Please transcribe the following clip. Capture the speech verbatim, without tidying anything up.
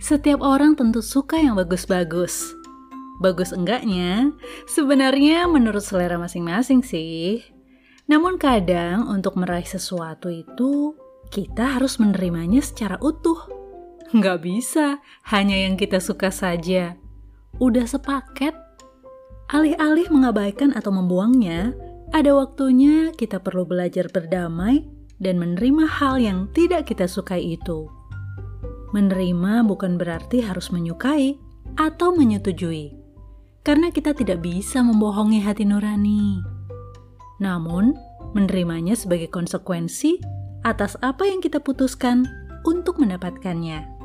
Setiap orang tentu suka yang bagus-bagus. Bagus enggaknya, sebenarnya menurut selera masing-masing sih. Namun kadang untuk meraih sesuatu itu, kita harus menerimanya secara utuh. Nggak bisa, hanya yang kita suka saja. Udah sepaket. Alih-alih mengabaikan atau membuangnya, ada waktunya kita perlu belajar berdamai dan menerima hal yang tidak kita sukai itu. Menerima bukan berarti harus menyukai atau menyetujui, karena kita tidak bisa membohongi hati nurani. Namun, menerimanya sebagai konsekuensi atas apa yang kita putuskan untuk mendapatkannya.